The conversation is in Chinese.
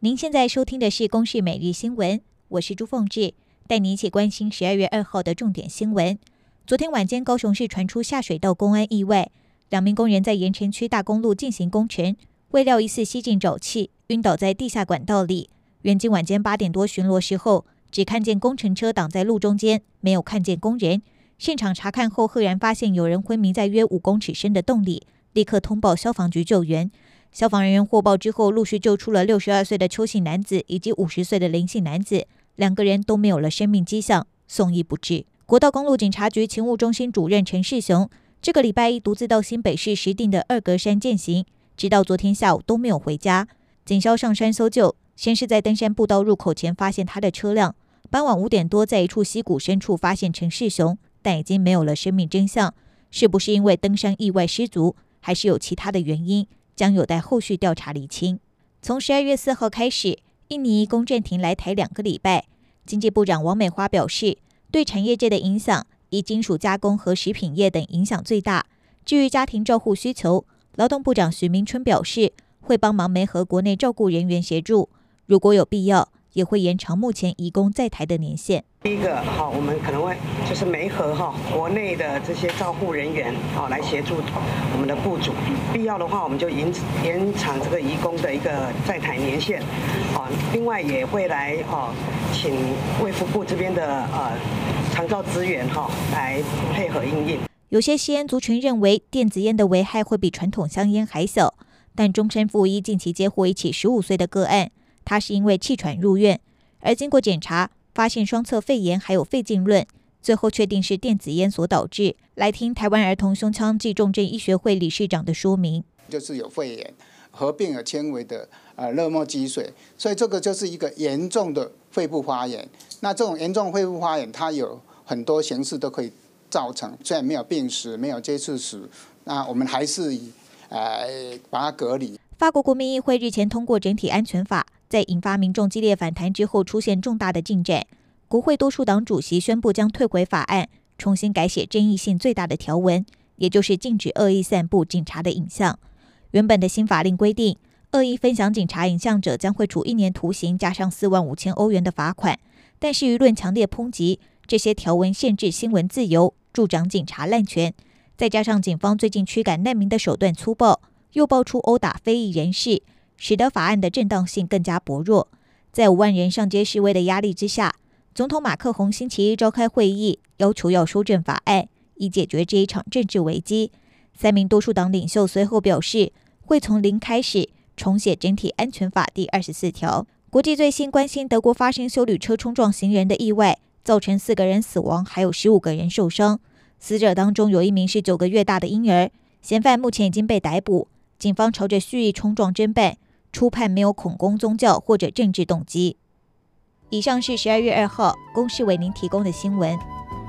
您现在收听的是公视每日新闻，我是朱凤智，带您一起关心12月2号的重点新闻。昨天晚间，高雄市传出下水道公安意外，2名工人在盐埕区大公路进行工程，未料疑似吸进沼气，晕倒在地下管道里。原经晚间8点多巡逻时候，只看见工程车挡在路中间，没有看见工人。现场查看后，赫然发现有人昏迷在约5公尺深的洞里，立刻通报消防局救援。消防人员获报之后，陆续救出了62岁的邱姓男子以及50岁的林姓男子，2个人都没有了生命迹象，送医不治。国道公路警察局勤务中心主任陈世雄，这个礼拜一独自到新北市石碇的二格山健行，直到昨天下午都没有回家。警消上山搜救，先是在登山步道入口前发现他的车辆，傍晚5点多在一处溪谷深处发现陈世雄，但已经没有了生命真相。是不是因为登山意外失足，还是有其他的原因，将有待后续调查厘清。从12月4号开始，印尼移工暂停来台2个礼拜。经济部长王美花表示，对产业界的影响，以金属加工和食品业等影响最大。至于家庭照护需求，劳动部长许明春表示，会帮忙媒合国内照顾人员协助，如果有必要，也会延长目前移工在台的年限。 第一个我们可能会就是媒合国内的这些照护人员来协助我们的雇主，必要的话我们就延长这个移工的一个在台年限。另外也会来请卫福部这边的长照资源来配合因应。 有些吸烟族群认为电子烟的危害会比传统香烟还小，但中山附一近期接获一起15岁的个案，他是因为气喘入院，而经过检查发现双侧肺炎还有肺浸润，最后确定是电子烟所导致。来听台湾儿童胸腔暨重症医学会理事长的说明， 就是有肺炎合并了纤维的热膜积水，所以这个就是一个严重的肺部发炎。那这种严重肺部发炎，它有很多形式都可以造成，虽然没有病史，没有接触史，那我们还是把它隔离。 法国国民议会日前通过整体安全法，在引发民众激烈反弹之后，出现重大的进展。国会多数党主席宣布将退回法案，重新改写争议性最大的条文，也就是禁止恶意散布警察的影像。原本的新法令规定，恶意分享警察影像者将会处1年徒刑加上45000欧元的罚款。但是舆论强烈抨击这些条文限制新闻自由，助长警察滥权。再加上警方最近驱赶难民的手段粗暴，又爆出殴打非裔人士，使得法案的正当性更加薄弱。在5万人上街示威的压力之下，总统马克宏星期一召开会议，要求要修正法案，以解决这一场政治危机。3名多数党领袖随后表示，会从零开始重写整体安全法第24条。国际最新关心德国发生休旅车冲撞行人的意外，造成4个人死亡，还有15个人受伤。死者当中有1名是9个月大的婴儿。嫌犯目前已经被逮捕，警方朝着蓄意冲撞侦办，初判没有恐攻宗教或者政治动机。以上是12月2号公视为您提供的新闻。